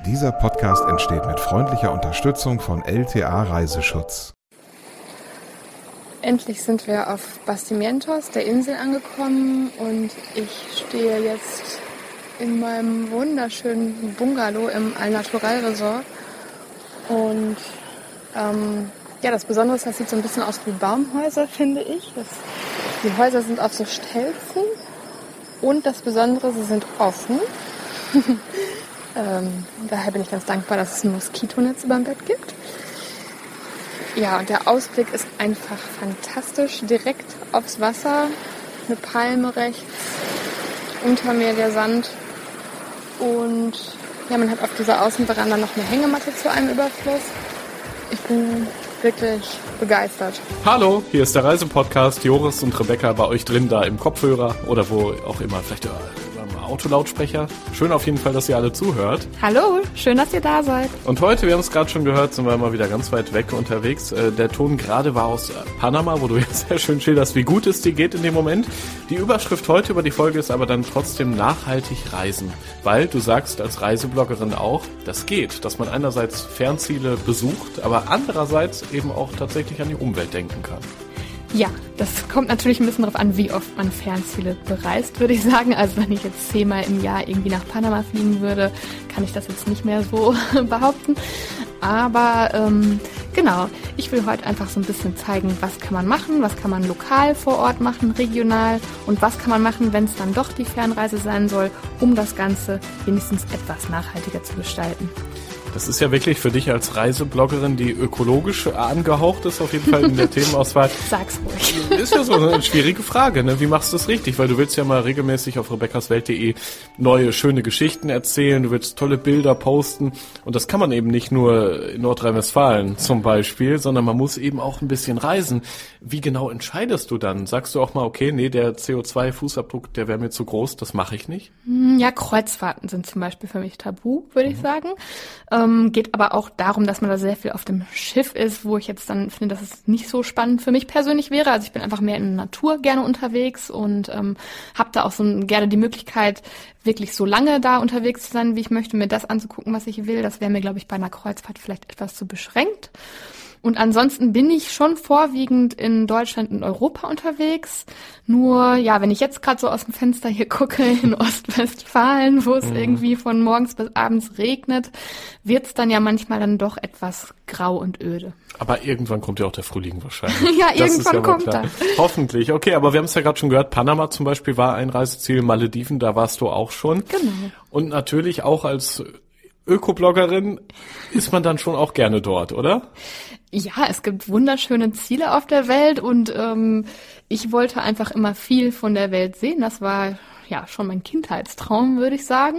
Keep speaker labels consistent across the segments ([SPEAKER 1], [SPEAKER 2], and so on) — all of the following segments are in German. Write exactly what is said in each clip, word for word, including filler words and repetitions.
[SPEAKER 1] Dieser Podcast entsteht mit freundlicher Unterstützung von L T A Reiseschutz.
[SPEAKER 2] Endlich sind wir auf Bastimientos, der Insel, angekommen und ich stehe jetzt in meinem wunderschönen Bungalow im Al Natural Resort. Und ähm, ja, das Besondere ist, das sieht so ein bisschen aus wie Baumhäuser, finde ich. Das, die Häuser sind auf so Stelzen und das Besondere, sie sind offen. ähm, daher bin ich ganz dankbar, dass es ein Moskitonetz über dem Bett gibt. Ja, und der Ausblick ist einfach fantastisch. Direkt aufs Wasser, eine Palme rechts, unter mir der Sand. Und ja, man hat auf dieser Außenveranda noch eine Hängematte zu einem Überfluss. Ich bin wirklich begeistert.
[SPEAKER 3] Hallo, hier ist der Reisepodcast. Joris und Rebecca bei euch drin, da im Kopfhörer oder wo auch immer, vielleicht über im Autolautsprecher. Schön auf jeden Fall, dass ihr alle zuhört.
[SPEAKER 2] Hallo, schön, dass ihr da seid.
[SPEAKER 3] Und heute, wir haben es gerade schon gehört, sind wir mal wieder ganz weit weg unterwegs. Der Ton gerade war aus Panama, wo du jetzt sehr schön schilderst, wie gut es dir geht in dem Moment. Die Überschrift heute über die Folge ist aber dann trotzdem nachhaltig reisen. Weil du sagst als Reisebloggerin auch, das geht, dass man einerseits Fernziele besucht, aber andererseits eben auch tatsächlich an die Umwelt denken kann.
[SPEAKER 2] Ja, das kommt natürlich ein bisschen darauf an, wie oft man Fernziele bereist, würde ich sagen. Also wenn ich jetzt zehnmal im Jahr irgendwie nach Panama fliegen würde, kann ich das jetzt nicht mehr so behaupten. Aber ähm, genau, ich will heute einfach so ein bisschen zeigen, was kann man machen, was kann man lokal vor Ort machen, regional und was kann man machen, wenn es dann doch die Fernreise sein soll, um das Ganze wenigstens etwas nachhaltiger zu gestalten.
[SPEAKER 3] Das ist ja wirklich für dich als Reisebloggerin, die ökologisch angehaucht ist, auf jeden Fall in der Themenauswahl.
[SPEAKER 2] Sag's ruhig.
[SPEAKER 3] Ist ja so eine schwierige Frage, ne? Wie machst du das richtig? Weil du willst ja mal regelmäßig auf rebeccaswelt punkt de neue, schöne Geschichten erzählen, du willst tolle Bilder posten und das kann man eben nicht nur in Nordrhein-Westfalen zum Beispiel, sondern man muss eben auch ein bisschen reisen. Wie genau entscheidest du dann? Sagst du auch mal, okay, nee, der C O zwei Fußabdruck, der wäre mir zu groß, das mache ich nicht?
[SPEAKER 2] Ja, Kreuzfahrten sind zum Beispiel für mich tabu, würde ich sagen. Ähm, geht aber auch darum, dass man da sehr viel auf dem Schiff ist, wo ich jetzt dann finde, dass es nicht so spannend für mich persönlich wäre. Also ich bin einfach mehr in der Natur gerne unterwegs und ähm, habe da auch so gerne die Möglichkeit, wirklich so lange da unterwegs zu sein, wie ich möchte, mir das anzugucken, was ich will. Das wäre mir, glaube ich, bei einer Kreuzfahrt vielleicht etwas zu beschränkt. Und ansonsten bin ich schon vorwiegend in Deutschland und Europa unterwegs. Nur, ja, wenn ich jetzt gerade so aus dem Fenster hier gucke, in Ostwestfalen, wo es mhm. irgendwie von morgens bis abends regnet, wird's dann ja manchmal dann doch etwas grau und öde.
[SPEAKER 3] Aber irgendwann kommt ja auch der Frühling wahrscheinlich.
[SPEAKER 2] ja,
[SPEAKER 3] das
[SPEAKER 2] irgendwann
[SPEAKER 3] ja
[SPEAKER 2] kommt
[SPEAKER 3] er.
[SPEAKER 2] er.
[SPEAKER 3] Hoffentlich. Okay, aber wir haben es ja gerade schon gehört, Panama zum Beispiel war ein Reiseziel, Malediven, da warst du auch schon.
[SPEAKER 2] Genau.
[SPEAKER 3] Und natürlich auch als Ökobloggerin ist man dann schon auch gerne dort, oder?
[SPEAKER 2] Ja, es gibt wunderschöne Ziele auf der Welt und ähm, ich wollte einfach immer viel von der Welt sehen. Das war ja schon mein Kindheitstraum, würde ich sagen.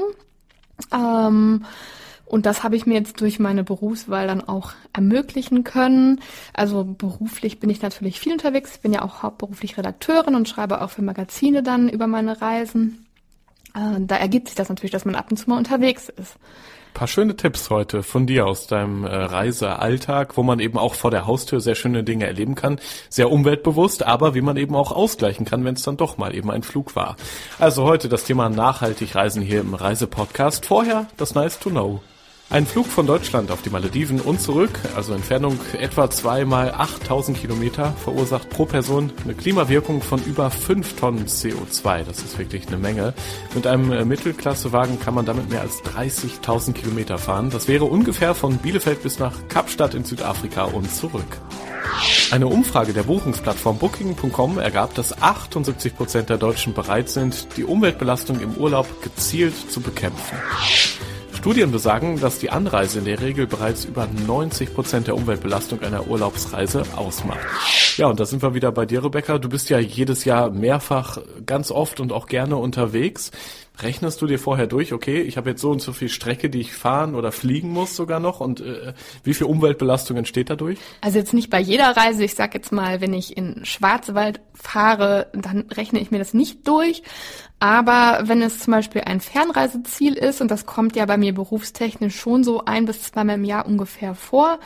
[SPEAKER 2] Ähm, und das habe ich mir jetzt durch meine Berufswahl dann auch ermöglichen können. Also beruflich bin ich natürlich viel unterwegs. Ich bin ja auch hauptberuflich Redakteurin und schreibe auch für Magazine dann über meine Reisen. Äh, da ergibt sich das natürlich, dass man ab und zu mal unterwegs ist.
[SPEAKER 3] Paar schöne Tipps heute von dir aus deinem äh, Reisealltag, wo man eben auch vor der Haustür sehr schöne Dinge erleben kann. Sehr umweltbewusst, aber wie man eben auch ausgleichen kann, wenn es dann doch mal eben ein Flug war. Also heute das Thema nachhaltig reisen hier im Reisepodcast. Vorher das Nice to Know. Ein Flug von Deutschland auf die Malediven und zurück, also Entfernung etwa zwei mal achttausend Kilometer, verursacht pro Person eine Klimawirkung von über fünf Tonnen C O zwei. Das ist wirklich eine Menge. Mit einem Mittelklassewagen kann man damit mehr als dreißigtausend Kilometer fahren. Das wäre ungefähr von Bielefeld bis nach Kapstadt in Südafrika und zurück. Eine Umfrage der Buchungsplattform Booking punkt com ergab, dass achtundsiebzig Prozent der Deutschen bereit sind, die Umweltbelastung im Urlaub gezielt zu bekämpfen. Studien besagen, dass die Anreise in der Regel bereits über neunzig Prozent der Umweltbelastung einer Urlaubsreise ausmacht. Ja, und da sind wir wieder bei dir, Rebecca. Du bist ja jedes Jahr mehrfach ganz oft und auch gerne unterwegs. Rechnest du dir vorher durch, okay, ich habe jetzt so und so viel Strecke, die ich fahren oder fliegen muss sogar noch und äh, wie viel Umweltbelastung entsteht dadurch?
[SPEAKER 2] Also jetzt nicht bei jeder Reise, ich sag jetzt mal, wenn ich in Schwarzwald fahre, dann rechne ich mir das nicht durch, aber wenn es zum Beispiel ein Fernreiseziel ist und das kommt ja bei mir berufstechnisch schon so ein bis zweimal im Jahr ungefähr vor,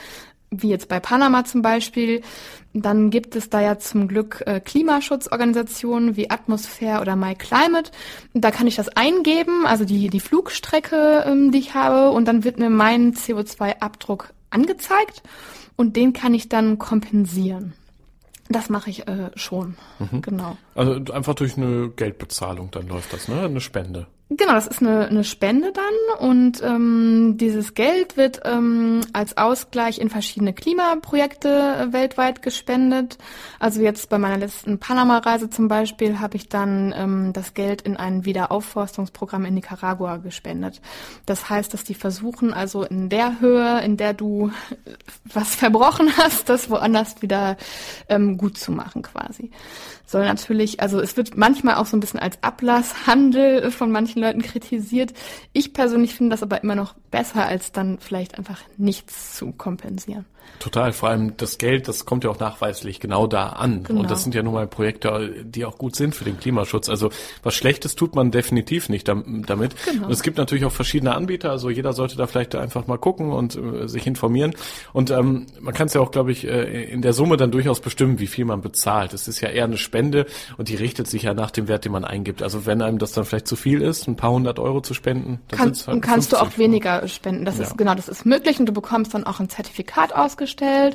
[SPEAKER 2] wie jetzt bei Panama zum Beispiel, dann gibt es da ja zum Glück äh, Klimaschutzorganisationen wie Atmosphäre oder MyClimate. Da kann ich das eingeben, also die die Flugstrecke, ähm, die ich habe, und dann wird mir mein C O zwei Abdruck angezeigt und den kann ich dann kompensieren. Das mache ich äh, schon, mhm. genau.
[SPEAKER 3] Also einfach durch eine Geldbezahlung dann läuft das, ne? Eine Spende.
[SPEAKER 2] Genau, das ist eine, eine Spende dann und ähm, dieses Geld wird ähm, als Ausgleich in verschiedene Klimaprojekte äh, weltweit gespendet. Also jetzt bei meiner letzten Panama-Reise zum Beispiel habe ich dann ähm, das Geld in ein Wiederaufforstungsprogramm in Nicaragua gespendet. Das heißt, dass die versuchen, also in der Höhe, in der du was verbrochen hast, das woanders wieder ähm, gut zu machen quasi. Soll natürlich, also es wird manchmal auch so ein bisschen als Ablasshandel von manchen Leuten kritisiert. Ich persönlich finde das aber immer noch besser, als dann vielleicht einfach nichts zu kompensieren.
[SPEAKER 3] Total, vor allem das Geld, das kommt ja auch nachweislich genau da an. Genau. Und das sind ja nun mal Projekte, die auch gut sind für den Klimaschutz. Also was Schlechtes tut man definitiv nicht damit. Genau. Und es gibt natürlich auch verschiedene Anbieter, also jeder sollte da vielleicht einfach mal gucken und äh, sich informieren. Und ähm, man kann es ja auch, glaube ich, äh, in der Summe dann durchaus bestimmen, wie viel man bezahlt. Es ist ja eher eine Spende und die richtet sich ja nach dem Wert, den man eingibt. Also wenn einem das dann vielleicht zu viel ist, ein paar hundert Euro zu spenden, dann
[SPEAKER 2] Kann,
[SPEAKER 3] sind's halt
[SPEAKER 2] kannst du auch
[SPEAKER 3] fünfzig
[SPEAKER 2] weniger spenden. Das
[SPEAKER 3] ja.
[SPEAKER 2] ist genau, das ist möglich und du bekommst dann auch ein Zertifikat ausgestellt.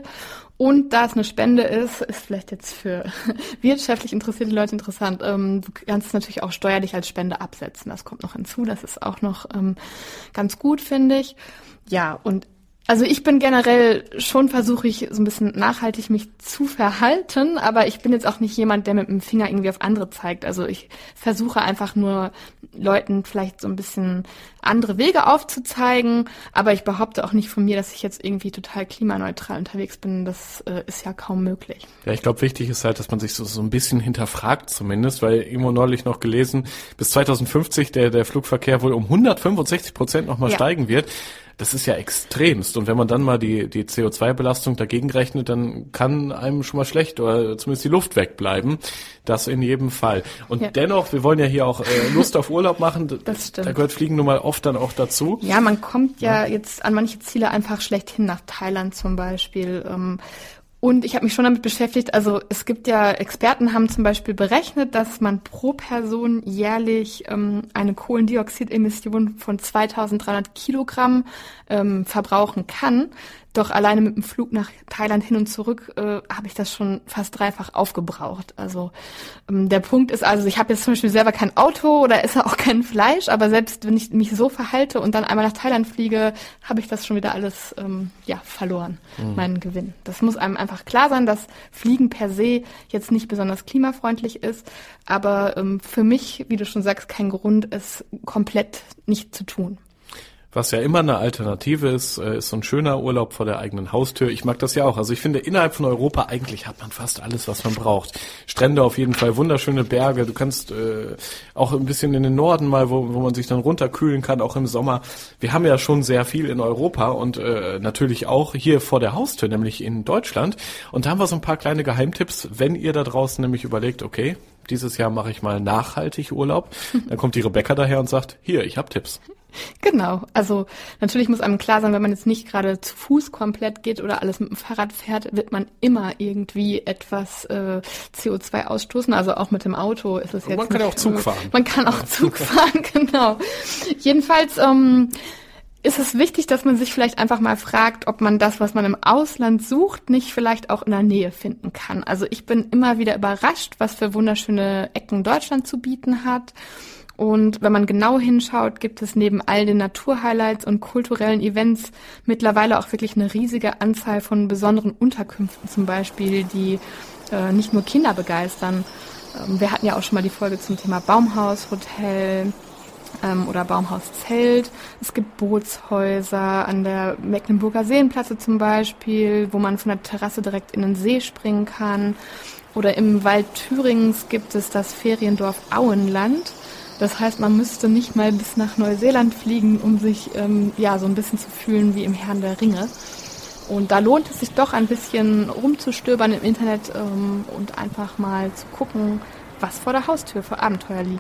[SPEAKER 2] Und da es eine Spende ist, ist vielleicht jetzt für wirtschaftlich interessierte Leute interessant. Ähm, du kannst es natürlich auch steuerlich als Spende absetzen. Das kommt noch hinzu. Das ist auch noch ähm, ganz gut, finde ich. Ja, und also ich bin generell schon, versuche ich so ein bisschen nachhaltig mich zu verhalten, aber ich bin jetzt auch nicht jemand, der mit dem Finger irgendwie auf andere zeigt. Also ich versuche einfach nur Leuten vielleicht so ein bisschen andere Wege aufzuzeigen, aber ich behaupte auch nicht von mir, dass ich jetzt irgendwie total klimaneutral unterwegs bin. Das äh, ist ja kaum möglich.
[SPEAKER 3] Ja, ich glaube, wichtig ist halt, dass man sich so, so ein bisschen hinterfragt zumindest, weil irgendwo neulich noch gelesen, bis zweitausendfünfzig der, der Flugverkehr wohl um hundertfünfundsechzig Prozent nochmal ja. steigen wird. Das ist ja extremst. Und wenn man dann mal die, die C O zwei Belastung dagegen rechnet, dann kann einem schon mal schlecht oder zumindest die Luft wegbleiben. Das in jedem Fall. Und ja. dennoch, wir wollen ja hier auch äh, Lust auf Urlaub machen.
[SPEAKER 2] Das stimmt.
[SPEAKER 3] Da gehört Fliegen nun mal oft dann auch dazu.
[SPEAKER 2] Ja, man kommt ja, ja jetzt an manche Ziele einfach schlechthin, nach Thailand zum Beispiel. Ähm, Und ich habe mich schon damit beschäftigt, also es gibt ja, Experten haben zum Beispiel berechnet, dass man pro Person jährlich ähm, eine Kohlendioxidemission von zweitausenddreihundert Kilogramm ähm, verbrauchen kann. Doch alleine mit dem Flug nach Thailand hin und zurück äh, habe ich das schon fast dreifach aufgebraucht. Also ähm, der Punkt ist also, ich habe jetzt zum Beispiel selber kein Auto oder esse auch kein Fleisch, aber selbst wenn ich mich so verhalte und dann einmal nach Thailand fliege, habe ich das schon wieder alles ähm, ja verloren, mhm. meinen Gewinn. Das muss einem einfach klar sein, dass Fliegen per se jetzt nicht besonders klimafreundlich ist, aber ähm, für mich, wie du schon sagst, kein Grund, es komplett nicht zu tun.
[SPEAKER 3] Was ja immer eine Alternative ist, ist so ein schöner Urlaub vor der eigenen Haustür. Ich mag das ja auch. Also ich finde, innerhalb von Europa eigentlich hat man fast alles, was man braucht. Strände auf jeden Fall, wunderschöne Berge. Du kannst äh, auch ein bisschen in den Norden mal, wo, wo man sich dann runterkühlen kann, auch im Sommer. Wir haben ja schon sehr viel in Europa und äh, natürlich auch hier vor der Haustür, nämlich in Deutschland. Und da haben wir so ein paar kleine Geheimtipps, wenn ihr da draußen nämlich überlegt, okay, dieses Jahr mache ich mal nachhaltig Urlaub. Dann kommt die Rebecca daher und sagt, hier, ich habe Tipps.
[SPEAKER 2] Genau, also natürlich muss einem klar sein, wenn man jetzt nicht gerade zu Fuß komplett geht oder alles mit dem Fahrrad fährt, wird man immer irgendwie etwas äh, C O zwei ausstoßen, also auch mit dem Auto ist es jetzt
[SPEAKER 3] Man kann
[SPEAKER 2] nicht,
[SPEAKER 3] auch Zug fahren.
[SPEAKER 2] Man kann auch Zug fahren, genau. Jedenfalls ähm, ist es wichtig, dass man sich vielleicht einfach mal fragt, ob man das, was man im Ausland sucht, nicht vielleicht auch in der Nähe finden kann. Also ich bin immer wieder überrascht, was für wunderschöne Ecken Deutschland zu bieten hat. Und wenn man genau hinschaut, gibt es neben all den Naturhighlights und kulturellen Events mittlerweile auch wirklich eine riesige Anzahl von besonderen Unterkünften zum Beispiel, die äh, nicht nur Kinder begeistern. Ähm, wir hatten ja auch schon mal die Folge zum Thema Baumhaushotel ähm, oder Baumhauszelt. Es gibt Bootshäuser an der Mecklenburger Seenplatte zum Beispiel, wo man von der Terrasse direkt in den See springen kann. Oder im Wald Thüringens gibt es das Feriendorf Auenland. Das heißt, man müsste nicht mal bis nach Neuseeland fliegen, um sich ähm, ja so ein bisschen zu fühlen wie im Herrn der Ringe. Und da lohnt es sich doch ein bisschen rumzustöbern im Internet ähm, und einfach mal zu gucken, was vor der Haustür für Abenteuer liegen.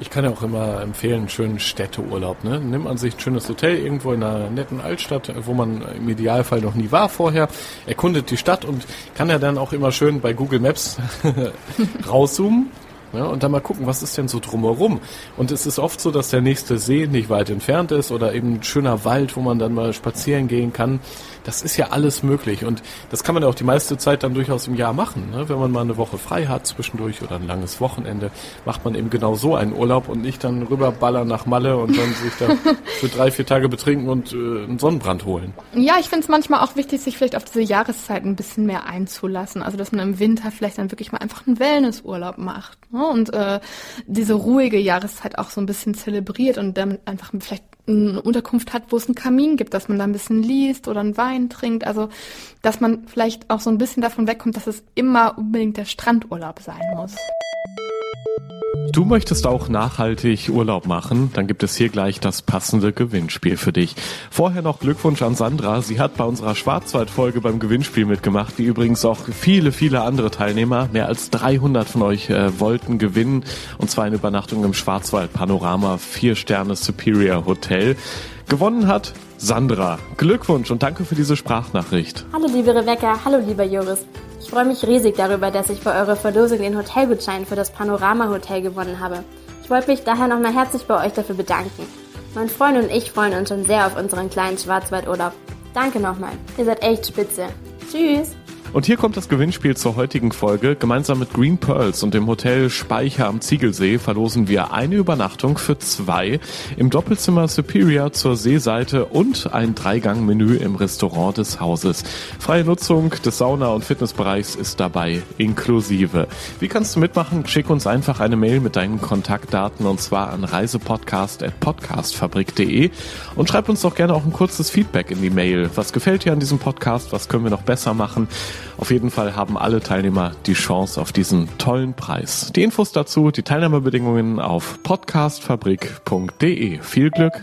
[SPEAKER 3] Ich kann ja auch immer empfehlen, einen schönen Städteurlaub. Ne? Nimmt man sich ein schönes Hotel irgendwo in einer netten Altstadt, wo man im Idealfall noch nie war vorher, erkundet die Stadt und kann ja dann auch immer schön bei Google Maps rauszoomen. Ja, und dann mal gucken, was ist denn so drumherum. Und es ist oft so, dass der nächste See nicht weit entfernt ist oder eben ein schöner Wald, wo man dann mal spazieren gehen kann. Das ist ja alles möglich und das kann man ja auch die meiste Zeit dann durchaus im Jahr machen. Ne? Wenn man mal eine Woche frei hat zwischendurch oder ein langes Wochenende, macht man eben genau so einen Urlaub und nicht dann rüberballern nach Malle und dann sich da für drei, vier Tage betrinken und äh, einen Sonnenbrand holen.
[SPEAKER 2] Ja, ich finde es manchmal auch wichtig, sich vielleicht auf diese Jahreszeit ein bisschen mehr einzulassen. Also dass man im Winter vielleicht dann wirklich mal einfach einen Wellnessurlaub macht, ne? Und äh, diese ruhige Jahreszeit auch so ein bisschen zelebriert und dann einfach vielleicht eine Unterkunft hat, wo es einen Kamin gibt, dass man da ein bisschen liest oder einen Wein trinkt. Also, dass man vielleicht auch so ein bisschen davon wegkommt, dass es immer unbedingt der Strandurlaub sein muss.
[SPEAKER 3] Du möchtest auch nachhaltig Urlaub machen? Dann gibt es hier gleich das passende Gewinnspiel für dich. Vorher noch Glückwunsch an Sandra. Sie hat bei unserer Schwarzwald-Folge beim Gewinnspiel mitgemacht, wie übrigens auch viele, viele andere Teilnehmer. Mehr als dreihundert von euch äh, wollten gewinnen. Und zwar eine Übernachtung im Schwarzwald Panorama vier Sterne Superior Hotel. Gewonnen hat Sandra. Glückwunsch und danke für diese Sprachnachricht.
[SPEAKER 4] Hallo liebe Rebecca, hallo lieber Joris. Ich freue mich riesig darüber, dass ich bei eurer Verlosung den Hotelgutschein für das Panorama Hotel gewonnen habe. Ich wollte mich daher nochmal herzlich bei euch dafür bedanken. Mein Freund und ich freuen uns schon sehr auf unseren kleinen Schwarzwaldurlaub. Danke nochmal, ihr seid echt spitze. Tschüss!
[SPEAKER 3] Und hier kommt das Gewinnspiel zur heutigen Folge. Gemeinsam mit Green Pearls und dem Hotel Speicher am Ziegelsee verlosen wir eine Übernachtung für zwei im Doppelzimmer Superior zur Seeseite und ein Dreigang-Menü im Restaurant des Hauses. Freie Nutzung des Sauna- und Fitnessbereichs ist dabei inklusive. Wie kannst du mitmachen? Schick uns einfach eine Mail mit deinen Kontaktdaten und zwar an reisepodcast at podcastfabrik punkt de und schreib uns doch gerne auch ein kurzes Feedback in die Mail. Was gefällt dir an diesem Podcast? Was können wir noch besser machen? Auf jeden Fall haben alle Teilnehmer die Chance auf diesen tollen Preis. Die Infos dazu, die Teilnahmebedingungen auf podcastfabrik punkt de. Viel Glück!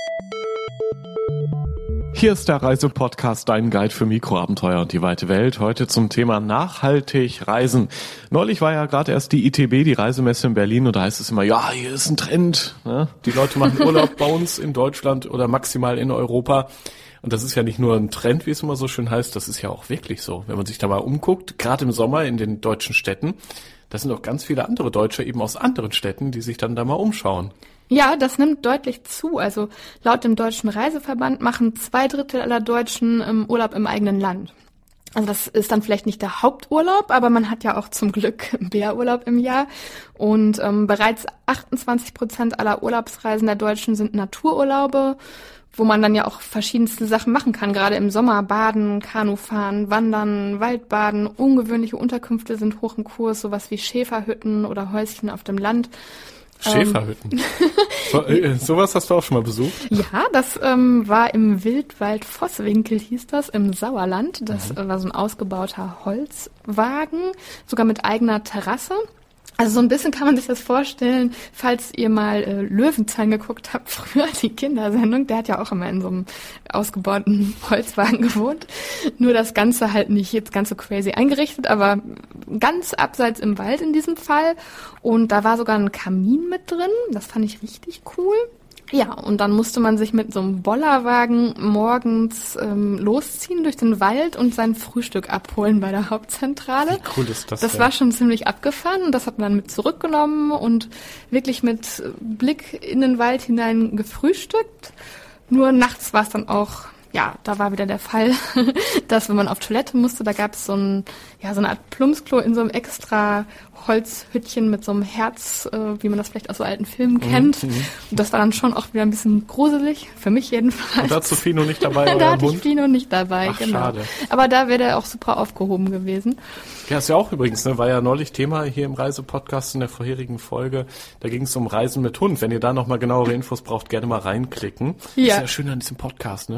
[SPEAKER 3] Hier ist der Reisepodcast, dein Guide für Mikroabenteuer und die weite Welt. Heute zum Thema nachhaltig reisen. Neulich war ja gerade erst die I T B, die Reisemesse in Berlin, und da heißt es immer, ja, hier ist ein Trend. Ne? Die Leute machen Urlaub bei uns in Deutschland oder maximal in Europa. Und das ist ja nicht nur ein Trend, wie es immer so schön heißt, das ist ja auch wirklich so. Wenn man sich da mal umguckt, gerade im Sommer in den deutschen Städten, da sind auch ganz viele andere Deutsche eben aus anderen Städten, die sich dann da mal umschauen.
[SPEAKER 2] Ja, das nimmt deutlich zu. Also laut dem Deutschen Reiseverband machen zwei Drittel aller Deutschen ähm, Urlaub im eigenen Land. Also das ist dann vielleicht nicht der Haupturlaub, aber man hat ja auch zum Glück mehr Urlaub im Jahr. Und ähm, bereits achtundzwanzig Prozent aller Urlaubsreisen der Deutschen sind Natururlaube, wo man dann ja auch verschiedenste Sachen machen kann. Gerade im Sommer baden, Kanufahren, wandern, Waldbaden. Ungewöhnliche Unterkünfte sind hoch im Kurs, sowas wie Schäferhütten oder Häuschen auf dem Land.
[SPEAKER 3] Schäferhütten. so, äh, sowas hast du auch schon mal besucht?
[SPEAKER 2] Ja, das ähm, war im Wildwald Vosswinkel, hieß das, im Sauerland. Das mhm. war so ein ausgebauter Holzwagen, sogar mit eigener Terrasse. Also so ein bisschen kann man sich das vorstellen, falls ihr mal äh, Löwenzahn geguckt habt, früher die Kindersendung, der hat ja auch immer in so einem ausgebauten Holzwagen gewohnt. Nur das Ganze halt nicht jetzt ganz so crazy eingerichtet, aber ganz abseits im Wald in diesem Fall. Und da war sogar ein Kamin mit drin, das fand ich richtig cool. Ja, und dann musste man sich mit so einem Bollerwagen morgens ähm, losziehen durch den Wald und sein Frühstück abholen bei der Hauptzentrale.
[SPEAKER 3] Wie cool ist das
[SPEAKER 2] Das
[SPEAKER 3] denn?
[SPEAKER 2] war schon ziemlich abgefahren und das hat man dann mit zurückgenommen und wirklich mit Blick in den Wald hinein gefrühstückt. Nur nachts war es dann auch, ja, da war wieder der Fall, dass wenn man auf Toilette musste, da gab es so ein, ja, so eine Art Plumpsklo in so einem extra Holzhüttchen mit so einem Herz, äh, wie man das vielleicht aus so alten Filmen kennt. Mhm. Und das war dann schon auch wieder ein bisschen gruselig, für mich jedenfalls.
[SPEAKER 3] Und da hat Fino nicht dabei,
[SPEAKER 2] Da hatte ich Fino nicht dabei,
[SPEAKER 3] Ach,
[SPEAKER 2] genau.
[SPEAKER 3] Schade.
[SPEAKER 2] Aber da wäre der auch super aufgehoben gewesen.
[SPEAKER 3] Ja, ist ja auch übrigens, ne, war ja neulich Thema hier im Reisepodcast in der vorherigen Folge. Da ging es um Reisen mit Hund. Wenn ihr da nochmal genauere Infos braucht, gerne mal reinklicken.
[SPEAKER 2] Ja.
[SPEAKER 3] Ist ja schön an diesem Podcast, ne? Da kann man auch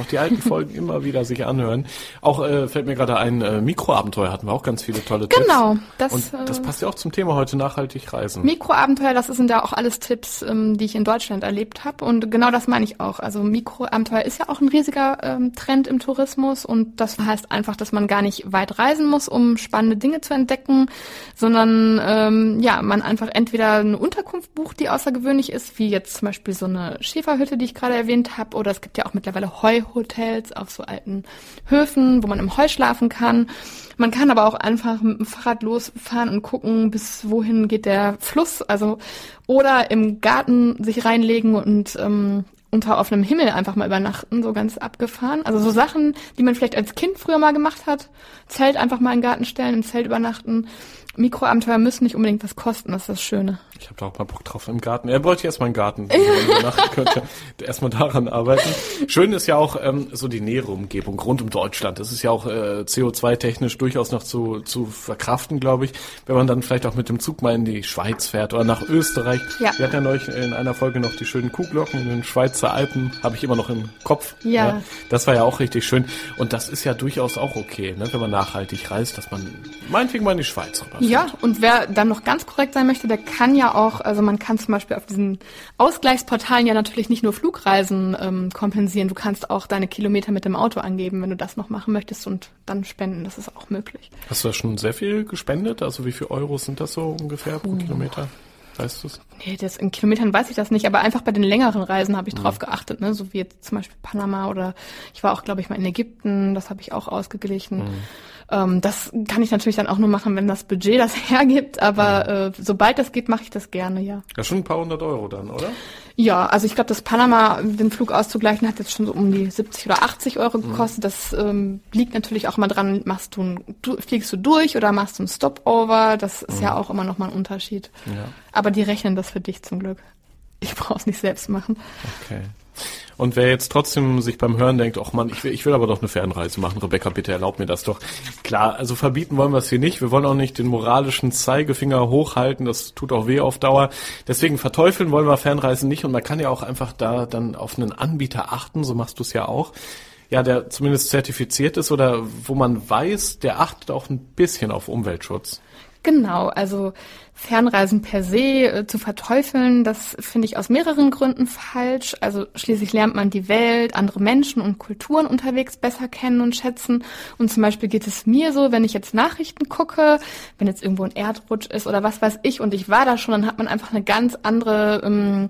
[SPEAKER 3] die alten Folgen immer wieder sich anhören. Auch äh, fällt mir gerade ein, äh, Mikroabenteuer hatten wir auch ganz viele tolle Tipps.
[SPEAKER 2] Genau. Das,
[SPEAKER 3] und das passt ja auch zum Thema heute, nachhaltig reisen.
[SPEAKER 2] Mikroabenteuer, das sind ja auch alles Tipps, ähm, die ich in Deutschland erlebt habe. Und genau das meine ich auch. Also Mikroabenteuer ist ja auch ein riesiger ähm, Trend im Tourismus. Und das heißt einfach, dass man gar nicht weit reisen muss, um spannende Dinge zu entdecken, sondern ähm, ja, man einfach entweder eine Unterkunft bucht, die außergewöhnlich ist, wie jetzt zum Beispiel so eine Schäferhütte, die ich gerade erwähnt habe, oder es gibt ja auch mittlerweile Heuhotels auf so alten Höfen, wo man im Heu schlafen kann. Man kann aber auch einfach mit dem Fahrrad losfahren und gucken, bis wohin geht der Fluss, also oder im Garten sich reinlegen und ähm, unter offenem Himmel einfach mal übernachten, so ganz abgefahren. Also so Sachen, die man vielleicht als Kind früher mal gemacht hat. Zelt einfach mal in den Garten stellen, im Zelt übernachten. Mikroabenteuer müssen nicht unbedingt was kosten, das ist das Schöne.
[SPEAKER 3] Ich habe da auch mal Bock drauf im Garten. Er bräuchte erstmal einen Garten, wenn man übernachten könnte. Erstmal daran arbeiten. Schön ist ja auch ähm, so die nähere Umgebung rund um Deutschland. Das ist ja auch äh, C O zwei technisch durchaus noch zu zu verkraften, glaube ich, wenn man dann vielleicht auch mit dem Zug mal in die Schweiz fährt oder nach Österreich.
[SPEAKER 2] Ja.
[SPEAKER 3] Wir hatten ja neulich in einer Folge noch die schönen Kuhglocken in den Schweizer Alpen, habe ich immer noch im Kopf.
[SPEAKER 2] Ja.
[SPEAKER 3] ja. Das war ja auch richtig schön. Und das ist ja durchaus auch okay, ne, wenn man nachhaltig reist, dass man meinetwegen mal in die Schweiz rüberfährt.
[SPEAKER 2] Ja, und wer dann noch ganz korrekt sein möchte, der kann ja auch, also man kann zum Beispiel auf diesen Ausgleichsportalen ja natürlich nicht nur Flugreisen ähm, kompensieren, du kannst auch deine Kilometer mit dem Auto angeben, wenn du das noch machen möchtest und dann spenden, das ist auch möglich.
[SPEAKER 3] Hast du da schon sehr viel gespendet? Also wie viel Euro sind das so ungefähr pro
[SPEAKER 2] oh.
[SPEAKER 3] Kilometer? Weißt du es?
[SPEAKER 2] Nee, das in Kilometern weiß ich das nicht, aber einfach bei den längeren Reisen habe ich mhm. drauf geachtet, ne, so wie jetzt zum Beispiel Panama oder ich war auch, glaube ich, mal in Ägypten, das habe ich auch ausgeglichen. Mhm. Ähm, das kann ich natürlich dann auch nur machen, wenn das Budget das hergibt, aber äh, sobald das geht, mache ich das gerne, ja.
[SPEAKER 3] Ja, schon ein paar hundert Euro dann, oder?
[SPEAKER 2] Ja, also ich glaube, das Panama, den Flug auszugleichen, hat jetzt schon so um die siebzig oder achtzig Euro gekostet. Mhm. Das ähm, liegt natürlich auch immer dran, machst du, ein, du fliegst du durch oder machst du ein Stopover, das ist mhm. ja auch immer noch mal ein Unterschied. Ja. Aber die rechnen das für dich zum Glück. Ich brauche es nicht selbst machen.
[SPEAKER 3] Okay. Und wer jetzt trotzdem sich beim Hören denkt, ach Mann, ich will, ich will aber doch eine Fernreise machen, Rebecca, bitte erlaub mir das doch. Klar, also verbieten wollen wir es hier nicht. Wir wollen auch nicht den moralischen Zeigefinger hochhalten, das tut auch weh auf Dauer. Deswegen verteufeln wollen wir Fernreisen nicht und man kann ja auch einfach da dann auf einen Anbieter achten, so machst du es ja auch. Ja, der zumindest zertifiziert ist oder wo man weiß, der achtet auch ein bisschen auf Umweltschutz.
[SPEAKER 2] Genau, also Fernreisen per se äh, zu verteufeln, das finde ich aus mehreren Gründen falsch. Also schließlich lernt man die Welt, andere Menschen und Kulturen unterwegs besser kennen und schätzen. Und zum Beispiel geht es mir so, wenn ich jetzt Nachrichten gucke, wenn jetzt irgendwo ein Erdrutsch ist oder was weiß ich und ich war da schon, dann hat man einfach eine ganz andere ähm,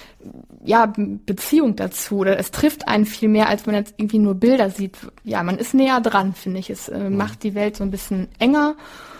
[SPEAKER 2] ja, Beziehung dazu oder es trifft einen viel mehr, als man jetzt irgendwie nur Bilder sieht. Ja, man ist näher dran, finde ich. Es äh, macht die Welt so ein bisschen enger.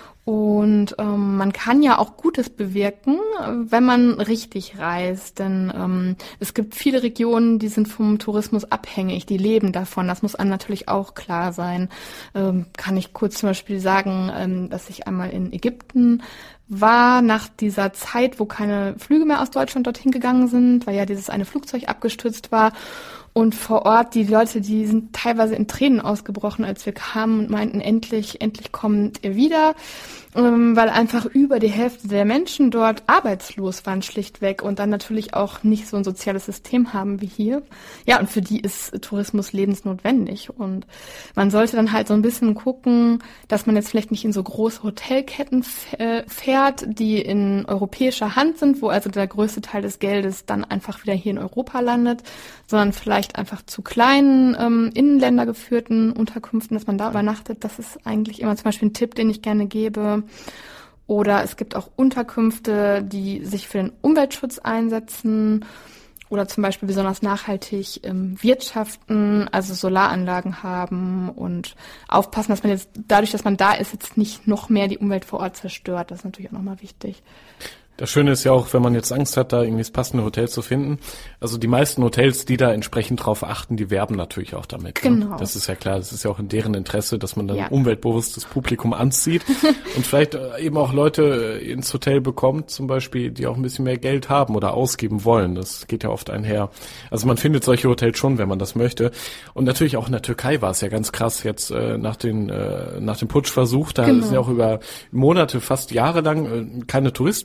[SPEAKER 2] Und ähm, man kann ja auch Gutes bewirken, wenn man richtig reist. Denn ähm, es gibt viele Regionen, die sind vom Tourismus abhängig, die leben davon. Das muss einem natürlich auch klar sein. Ähm, kann ich kurz zum Beispiel sagen, ähm, dass ich einmal in Ägypten war, nach dieser Zeit, wo keine Flüge mehr aus Deutschland dorthin gegangen sind, weil ja dieses eine Flugzeug abgestürzt war. Und vor Ort, die Leute, die sind teilweise in Tränen ausgebrochen, als wir kamen und meinten, endlich, endlich kommt ihr wieder, ähm, weil einfach über die Hälfte der Menschen dort arbeitslos waren schlichtweg und dann natürlich auch nicht so ein soziales System haben wie hier. Ja, und für die ist Tourismus lebensnotwendig und man sollte dann halt so ein bisschen gucken, dass man jetzt vielleicht nicht in so große Hotelketten fährt, die in europäischer Hand sind, wo also der größte Teil des Geldes dann einfach wieder hier in Europa landet, sondern vielleicht einfach zu kleinen ähm, innenländergeführten Unterkünften, dass man da übernachtet. Das ist eigentlich immer zum Beispiel ein Tipp, den ich gerne gebe. Oder es gibt auch Unterkünfte, die sich für den Umweltschutz einsetzen oder zum Beispiel besonders nachhaltig ähm, wirtschaften, also Solaranlagen haben und aufpassen, dass man jetzt dadurch, dass man da ist, jetzt nicht noch mehr die Umwelt vor Ort zerstört. Das ist natürlich auch nochmal wichtig.
[SPEAKER 3] Das Schöne ist ja auch, wenn man jetzt Angst hat, da irgendwie das passende Hotel zu finden. Also die meisten Hotels, die da entsprechend drauf achten, die werben natürlich auch damit.
[SPEAKER 2] Genau.
[SPEAKER 3] Ne? Das ist ja klar, das ist ja auch in deren Interesse, dass man dann
[SPEAKER 2] ja.
[SPEAKER 3] umweltbewusstes Publikum anzieht und vielleicht eben auch Leute ins Hotel bekommt, zum Beispiel, die auch ein bisschen mehr Geld haben oder ausgeben wollen. Das geht ja oft einher. Also man findet solche Hotels schon, wenn man das möchte. Und natürlich auch in der Türkei war es ja ganz krass jetzt äh, nach den äh, nach dem Putschversuch. Da
[SPEAKER 2] genau.
[SPEAKER 3] sind ja auch über Monate, fast jahrelang äh, keine Touristen mehr hingekommen.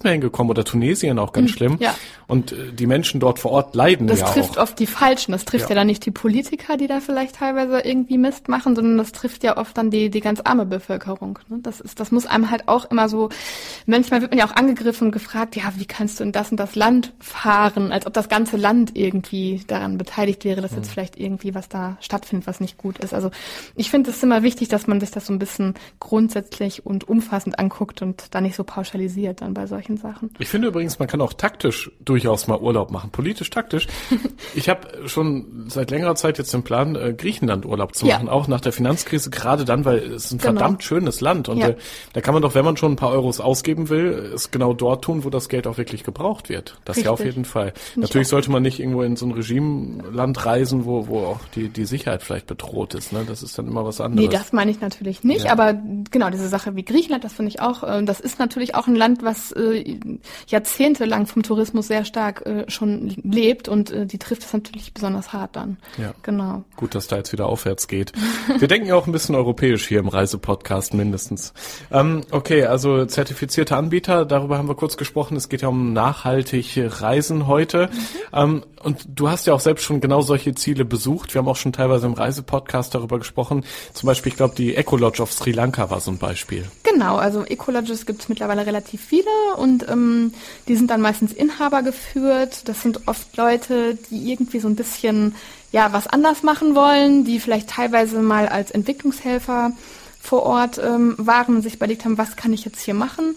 [SPEAKER 3] haben oder Tunesien auch ganz mhm, schlimm. Ja. Und äh, die Menschen dort vor Ort leiden
[SPEAKER 2] das
[SPEAKER 3] ja auch.
[SPEAKER 2] Das trifft oft die Falschen. Das trifft ja. ja dann nicht die Politiker, die da vielleicht teilweise irgendwie Mist machen, sondern das trifft ja oft dann die die ganz arme Bevölkerung. Ne? Das ist, das muss einem halt auch immer so, manchmal wird man ja auch angegriffen und gefragt, ja, wie kannst du in das und das Land fahren, als ob das ganze Land irgendwie daran beteiligt wäre, dass mhm. jetzt vielleicht irgendwie was da stattfindet, was nicht gut ist. Also ich finde es immer wichtig, dass man sich das so ein bisschen grundsätzlich und umfassend anguckt und da nicht so pauschalisiert dann bei solchen Sachen.
[SPEAKER 3] Ich finde übrigens, man kann auch taktisch durchaus mal Urlaub machen, politisch taktisch. Ich habe schon seit längerer Zeit jetzt den Plan, äh, Griechenland Urlaub zu machen, ja. auch nach der Finanzkrise, gerade dann, weil es ist ein genau. verdammt schönes Land und ja. äh, da kann man doch, wenn man schon ein paar Euros ausgeben will, es genau dort tun, wo das Geld auch wirklich gebraucht wird. Das Richtig. Ja auf jeden Fall. Nicht Natürlich auch. Sollte man nicht irgendwo in so ein Regimeland reisen, wo wo auch die die Sicherheit vielleicht bedroht ist. Ne? Das ist dann immer was anderes.
[SPEAKER 2] Nee, das meine ich natürlich nicht, ja. aber genau, diese Sache wie Griechenland, das finde ich auch, äh, das ist natürlich auch ein Land, was äh, jahrzehntelang vom Tourismus sehr stark äh, schon lebt und äh, die trifft es natürlich besonders hart dann.
[SPEAKER 3] Ja.
[SPEAKER 2] Genau.
[SPEAKER 3] Gut, dass da jetzt wieder aufwärts geht. Wir denken ja auch ein bisschen europäisch hier im Reisepodcast mindestens. Ähm, okay, also zertifizierte Anbieter, darüber haben wir kurz gesprochen. Es geht ja um nachhaltige Reisen heute. Mhm. Ähm, und du hast ja auch selbst schon genau solche Ziele besucht. Wir haben auch schon teilweise im Reisepodcast darüber gesprochen. Zum Beispiel, ich glaube, die Ecolodge auf Sri Lanka war so ein Beispiel.
[SPEAKER 2] Genau, also Ecolodges gibt es mittlerweile relativ viele und ähm, die sind dann meistens Inhaber geführt. Das sind oft Leute, die irgendwie so ein bisschen ja was anders machen wollen, die vielleicht teilweise mal als Entwicklungshelfer vor Ort ähm, waren und sich überlegt haben, was kann ich jetzt hier machen?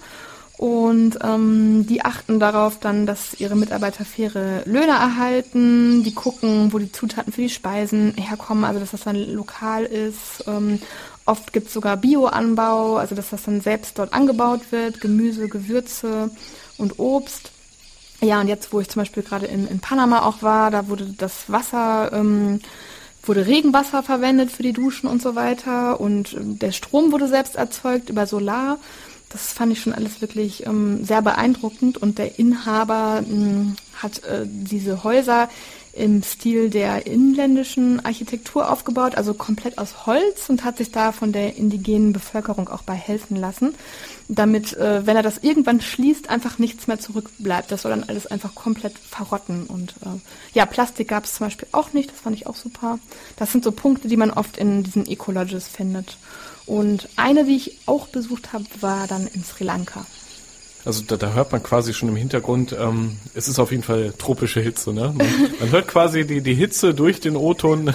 [SPEAKER 2] Und ähm, die achten darauf dann, dass ihre Mitarbeiter faire Löhne erhalten. Die gucken, wo die Zutaten für die Speisen herkommen, also dass das dann lokal ist. Ähm, oft gibt es sogar Bioanbau, also dass das dann selbst dort angebaut wird, Gemüse, Gewürze und Obst. Ja, und jetzt, wo ich zum Beispiel gerade in, in Panama auch war, da wurde das Wasser, ähm, wurde Regenwasser verwendet für die Duschen und so weiter. Und ähm, der Strom wurde selbst erzeugt über Solar. Das fand ich schon alles wirklich ähm, sehr beeindruckend. Und der Inhaber ähm, hat äh, diese Häuser im Stil der inländischen Architektur aufgebaut, also komplett aus Holz, und hat sich da von der indigenen Bevölkerung auch bei helfen lassen, damit, äh, wenn er das irgendwann schließt, einfach nichts mehr zurückbleibt. Das soll dann alles einfach komplett verrotten. Und äh, ja, Plastik gab es zum Beispiel auch nicht, das fand ich auch super. Das sind so Punkte, die man oft in diesen Ecolodges findet. Und eine, die ich auch besucht habe, war dann in Sri Lanka.
[SPEAKER 3] Also da, da hört man quasi schon im Hintergrund, ähm, es ist auf jeden Fall tropische Hitze, ne? Man, man hört quasi die, die Hitze durch den O-Ton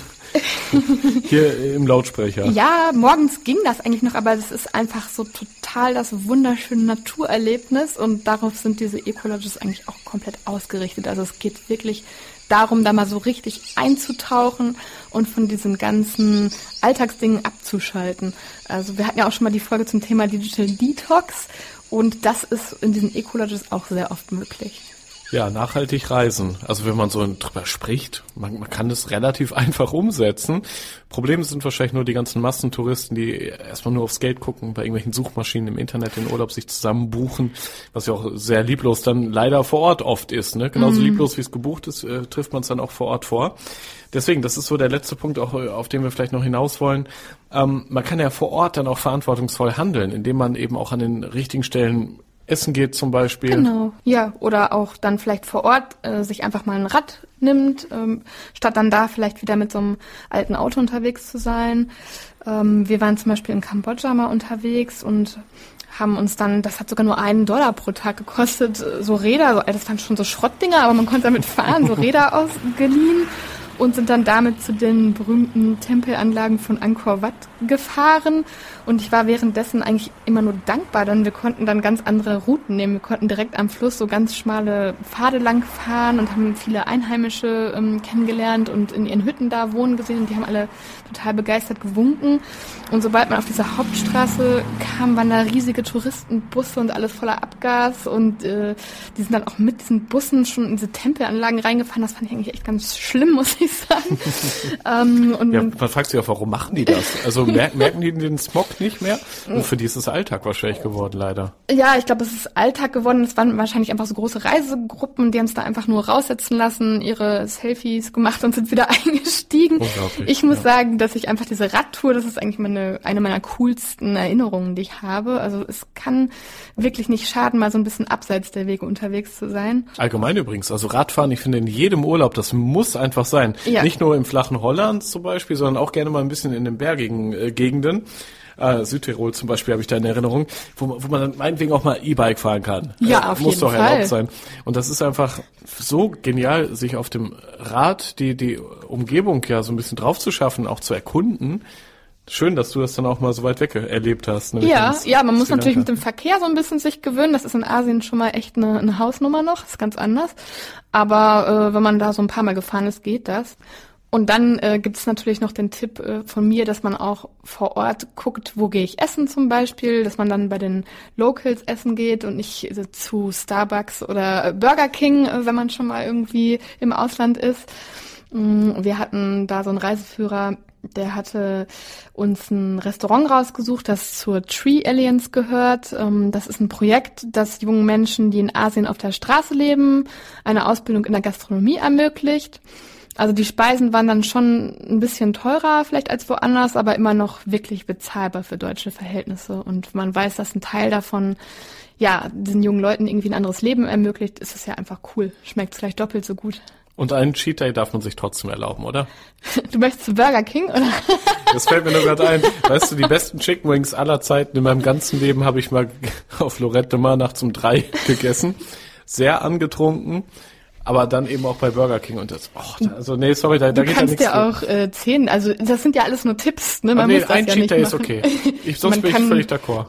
[SPEAKER 3] hier im Lautsprecher.
[SPEAKER 2] Ja, morgens ging das eigentlich noch, aber es ist einfach so total das wunderschöne Naturerlebnis und darauf sind diese Ecolodges eigentlich auch komplett ausgerichtet. Also es geht wirklich darum, da mal so richtig einzutauchen und von diesen ganzen Alltagsdingen abzuschalten. Also wir hatten ja auch schon mal die Folge zum Thema Digital Detox. Und das ist in diesen Ecolodges auch sehr oft möglich.
[SPEAKER 3] Ja, nachhaltig reisen. Also wenn man so drüber spricht, man, man kann das relativ einfach umsetzen. Probleme sind wahrscheinlich nur die ganzen Massentouristen, die erstmal nur aufs Geld gucken, bei irgendwelchen Suchmaschinen im Internet den Urlaub sich zusammen buchen, was ja auch sehr lieblos dann leider vor Ort oft ist. Ne? Genauso mhm. lieblos wie es gebucht ist, äh, trifft man es dann auch vor Ort vor. Deswegen, das ist so der letzte Punkt, auch auf den wir vielleicht noch hinaus wollen. Ähm, man kann ja vor Ort dann auch verantwortungsvoll handeln, indem man eben auch an den richtigen Stellen essen geht zum Beispiel.
[SPEAKER 2] Genau, ja, oder auch dann vielleicht vor Ort äh, sich einfach mal ein Rad nimmt, ähm, statt dann da vielleicht wieder mit so einem alten Auto unterwegs zu sein. Ähm, wir waren zum Beispiel in Kambodscha mal unterwegs und haben uns dann, das hat sogar nur einen Dollar pro Tag gekostet, so Räder, so, das waren schon so Schrottdinger, aber man konnte damit fahren, so Räder ausgeliehen. Und sind dann damit zu den berühmten Tempelanlagen von Angkor Wat gefahren. Und ich war währenddessen eigentlich immer nur dankbar, denn wir konnten dann ganz andere Routen nehmen. Wir konnten direkt am Fluss so ganz schmale Pfade lang fahren und haben viele Einheimische ähm, kennengelernt und in ihren Hütten da wohnen gesehen. Und die haben alle total begeistert gewunken. Und sobald man auf dieser Hauptstraße kam, waren da riesige Touristenbusse und alles voller Abgas. Und äh, die sind dann auch mit diesen Bussen schon in diese Tempelanlagen reingefahren. Das fand ich eigentlich echt ganz schlimm, muss ich ich sagen. ähm, und
[SPEAKER 3] ja, man fragt sich auch, warum machen die das? Also mer- merken die den Smog nicht mehr? Und für die ist es Alltag wahrscheinlich geworden, leider.
[SPEAKER 2] Ja, ich glaube, es ist Alltag geworden. Es waren wahrscheinlich einfach so große Reisegruppen, die haben es da einfach nur raussetzen lassen, ihre Selfies gemacht und sind wieder eingestiegen. Ich muss ja. sagen, dass ich einfach diese Radtour, das ist eigentlich meine, eine meiner coolsten Erinnerungen, die ich habe. Also es kann wirklich nicht schaden, mal so ein bisschen abseits der Wege unterwegs zu sein.
[SPEAKER 3] Allgemein übrigens, also Radfahren, ich finde in jedem Urlaub, das muss einfach sein. Ja. Nicht nur im flachen Holland zum Beispiel, sondern auch gerne mal ein bisschen in den bergigen äh, Gegenden. Äh, Südtirol zum Beispiel habe ich da in Erinnerung, wo, wo man dann meinetwegen auch mal E-Bike fahren kann.
[SPEAKER 2] Ja, äh, auf
[SPEAKER 3] muss
[SPEAKER 2] jeden
[SPEAKER 3] doch
[SPEAKER 2] Fall.
[SPEAKER 3] erlaubt sein. Und das ist einfach so genial, sich auf dem Rad die die Umgebung ja so ein bisschen drauf zu schaffen, auch zu erkunden. Schön, dass du das dann auch mal so weit weg erlebt hast.
[SPEAKER 2] Ja, ja, man muss natürlich mit dem Verkehr so ein bisschen sich gewöhnen. Das ist in Asien schon mal echt eine, eine Hausnummer noch. Das ist ganz anders. Aber äh, wenn man da so ein paar Mal gefahren ist, geht das. Und dann äh, gibt es natürlich noch den Tipp äh, von mir, dass man auch vor Ort guckt, wo gehe ich essen zum Beispiel, dass man dann bei den Locals essen geht und nicht äh, zu Starbucks oder Burger King, äh, wenn man schon mal irgendwie im Ausland ist. Mm, wir hatten da so einen Reiseführer, der hatte uns ein Restaurant rausgesucht, das zur Tree Alliance gehört. Das ist ein Projekt, das jungen Menschen, die in Asien auf der Straße leben, eine Ausbildung in der Gastronomie ermöglicht. Also die Speisen waren dann schon ein bisschen teurer vielleicht als woanders, aber immer noch wirklich bezahlbar für deutsche Verhältnisse. Und man weiß, dass ein Teil davon ja diesen jungen Leuten irgendwie ein anderes Leben ermöglicht. Ist es ja einfach cool. Schmeckt vielleicht doppelt so gut.
[SPEAKER 3] Und einen Cheat Day darf man sich trotzdem erlauben, oder?
[SPEAKER 2] Du möchtest zu Burger King, oder?
[SPEAKER 3] Das fällt mir nur gerade ein. Weißt du, die besten Chicken Wings aller Zeiten in meinem ganzen Leben habe ich mal auf Lorette de Mar nachts um drei gegessen. Sehr angetrunken, aber dann eben auch bei Burger King. Und das, oh, also nee, sorry, da, da geht ja nichts.
[SPEAKER 2] Du kannst ja auch äh, zehn, also das sind ja alles nur Tipps, ne? Man
[SPEAKER 3] nee,
[SPEAKER 2] muss das
[SPEAKER 3] ein
[SPEAKER 2] ja
[SPEAKER 3] Cheat
[SPEAKER 2] nicht
[SPEAKER 3] Day
[SPEAKER 2] machen.
[SPEAKER 3] ist okay. Ich, sonst bin ich völlig d'accord.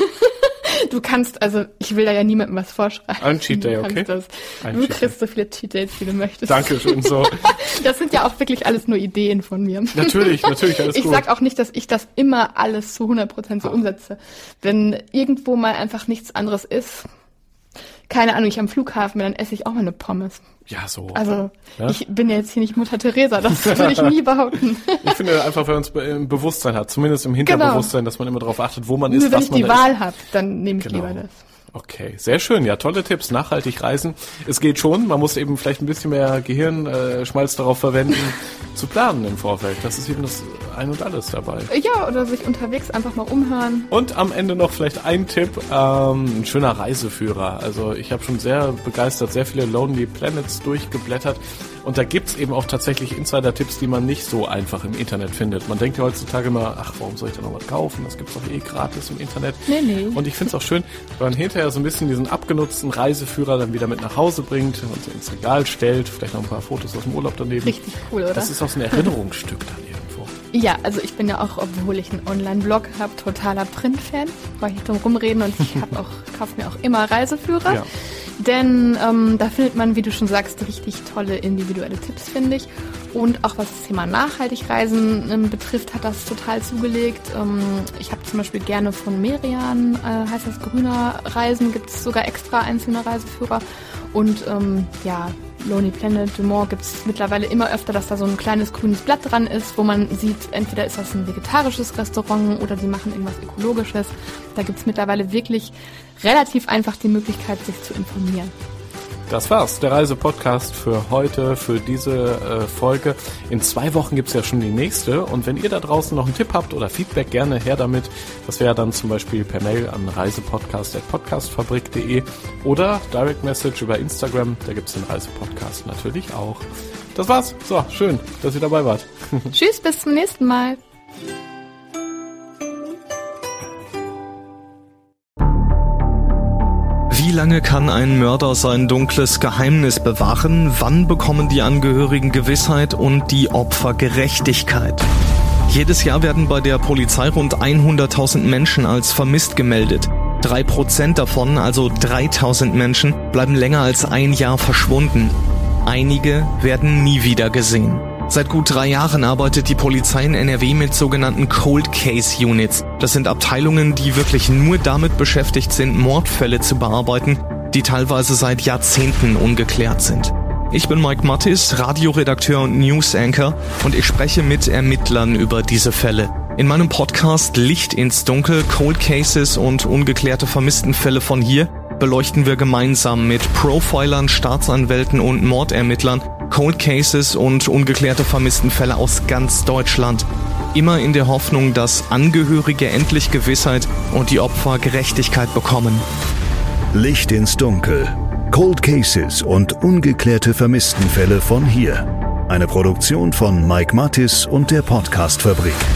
[SPEAKER 2] Du kannst, also ich will da ja niemandem was vorschreiben.
[SPEAKER 3] Ein Cheat Day, okay.
[SPEAKER 2] Das.
[SPEAKER 3] Ein
[SPEAKER 2] Du
[SPEAKER 3] Cheat
[SPEAKER 2] kriegst
[SPEAKER 3] Day.
[SPEAKER 2] so viele Cheat Days, wie du möchtest.
[SPEAKER 3] Dankeschön, so.
[SPEAKER 2] Das sind ja auch wirklich alles nur Ideen von mir.
[SPEAKER 3] Natürlich, natürlich, alles
[SPEAKER 2] ich
[SPEAKER 3] gut.
[SPEAKER 2] Ich sag auch nicht, dass ich das immer alles zu hundert Prozent so umsetze. Wenn irgendwo mal einfach nichts anderes ist, keine Ahnung, ich am Flughafen bin, dann esse ich auch mal eine Pommes.
[SPEAKER 3] Ja, so.
[SPEAKER 2] Also,
[SPEAKER 3] ja?
[SPEAKER 2] Ich bin ja jetzt hier nicht Mutter Teresa, das würde ich nie behaupten.
[SPEAKER 3] Ich finde einfach, wenn man es im Bewusstsein hat, zumindest im Hinterbewusstsein, genau. Dass man immer darauf achtet, wo man ist,
[SPEAKER 2] Nur wenn
[SPEAKER 3] was
[SPEAKER 2] ich
[SPEAKER 3] man
[SPEAKER 2] die Wahl habe, dann nehme ich
[SPEAKER 3] genau.
[SPEAKER 2] lieber das.
[SPEAKER 3] Okay, sehr schön. Ja, tolle Tipps. Nachhaltig reisen. Es geht schon. Man muss eben vielleicht ein bisschen mehr Gehirnschmalz darauf verwenden, zu planen im Vorfeld. Das ist eben das Ein und Alles dabei.
[SPEAKER 2] Ja, oder sich unterwegs einfach mal umhören.
[SPEAKER 3] Und am Ende noch vielleicht ein Tipp, ähm, ein schöner Reiseführer. Also ich habe schon sehr begeistert sehr viele Lonely Planets durchgeblättert. Und da gibt's eben auch tatsächlich Insider-Tipps, die man nicht so einfach im Internet findet. Man denkt ja heutzutage immer, ach, warum soll ich da noch was kaufen? Das gibt's doch eh gratis im Internet.
[SPEAKER 2] Nee, nee.
[SPEAKER 3] Und ich find's auch schön, wenn man hinterher so ein bisschen diesen abgenutzten Reiseführer dann wieder mit nach Hause bringt und ins Regal stellt. Vielleicht noch ein paar Fotos aus dem Urlaub daneben.
[SPEAKER 2] Richtig cool, oder?
[SPEAKER 3] Das ist auch so ein Erinnerungsstück dann irgendwo.
[SPEAKER 2] Ja, also ich bin ja auch, obwohl ich einen Online-Blog habe, totaler Print-Fan. Brauche ich nicht drum rumreden und ich habe auch, kaufe mir auch immer Reiseführer. Ja. Denn ähm, da findet man, wie du schon sagst, richtig tolle individuelle Tipps, finde ich. Und auch was das Thema Nachhaltigreisen ähm, betrifft, hat das total zugelegt. Ähm, ich habe zum Beispiel gerne von Merian, äh, heißt das Grüner Reisen, gibt es sogar extra einzelne Reiseführer. Und ähm, ja, Lonely Planet de Mar gibt es mittlerweile immer öfter, dass da so ein kleines grünes Blatt dran ist, wo man sieht, entweder ist das ein vegetarisches Restaurant oder die machen irgendwas Ökologisches. Da gibt es mittlerweile wirklich relativ einfach die Möglichkeit, sich zu informieren.
[SPEAKER 3] Das war's, der Reisepodcast für heute, für diese äh, Folge. In zwei Wochen gibt's ja schon die nächste. Und wenn ihr da draußen noch einen Tipp habt oder Feedback, gerne her damit. Das wäre dann zum Beispiel per Mail an reisepodcast at podcastfabrik punkt de oder Direct Message über Instagram. Da gibt's den Reisepodcast natürlich auch. Das war's. So, schön, dass ihr dabei wart.
[SPEAKER 2] Tschüss, bis zum nächsten Mal.
[SPEAKER 5] Wie lange kann ein Mörder sein dunkles Geheimnis bewahren? Wann bekommen die Angehörigen Gewissheit und die Opfer Gerechtigkeit? Jedes Jahr werden bei der Polizei rund hunderttausend Menschen als vermisst gemeldet. Drei Prozent davon, also dreitausend Menschen, bleiben länger als ein Jahr verschwunden. Einige werden nie wieder gesehen. Seit gut drei Jahren arbeitet die Polizei in N R W mit sogenannten Cold Case Units. Das sind Abteilungen, die wirklich nur damit beschäftigt sind, Mordfälle zu bearbeiten, die teilweise seit Jahrzehnten ungeklärt sind. Ich bin Mike Mattis, Radioredakteur und News Anchor, und ich spreche mit Ermittlern über diese Fälle. In meinem Podcast Licht ins Dunkel, Cold Cases und ungeklärte Vermisstenfälle von hier beleuchten wir gemeinsam mit Profilern, Staatsanwälten und Mordermittlern Cold Cases und ungeklärte Vermisstenfälle aus ganz Deutschland. Immer in der Hoffnung, dass Angehörige endlich Gewissheit und die Opfer Gerechtigkeit bekommen.
[SPEAKER 6] Licht ins Dunkel. Cold Cases und ungeklärte Vermisstenfälle von hier. Eine Produktion von Mike Mattis und der Podcast-Fabrik.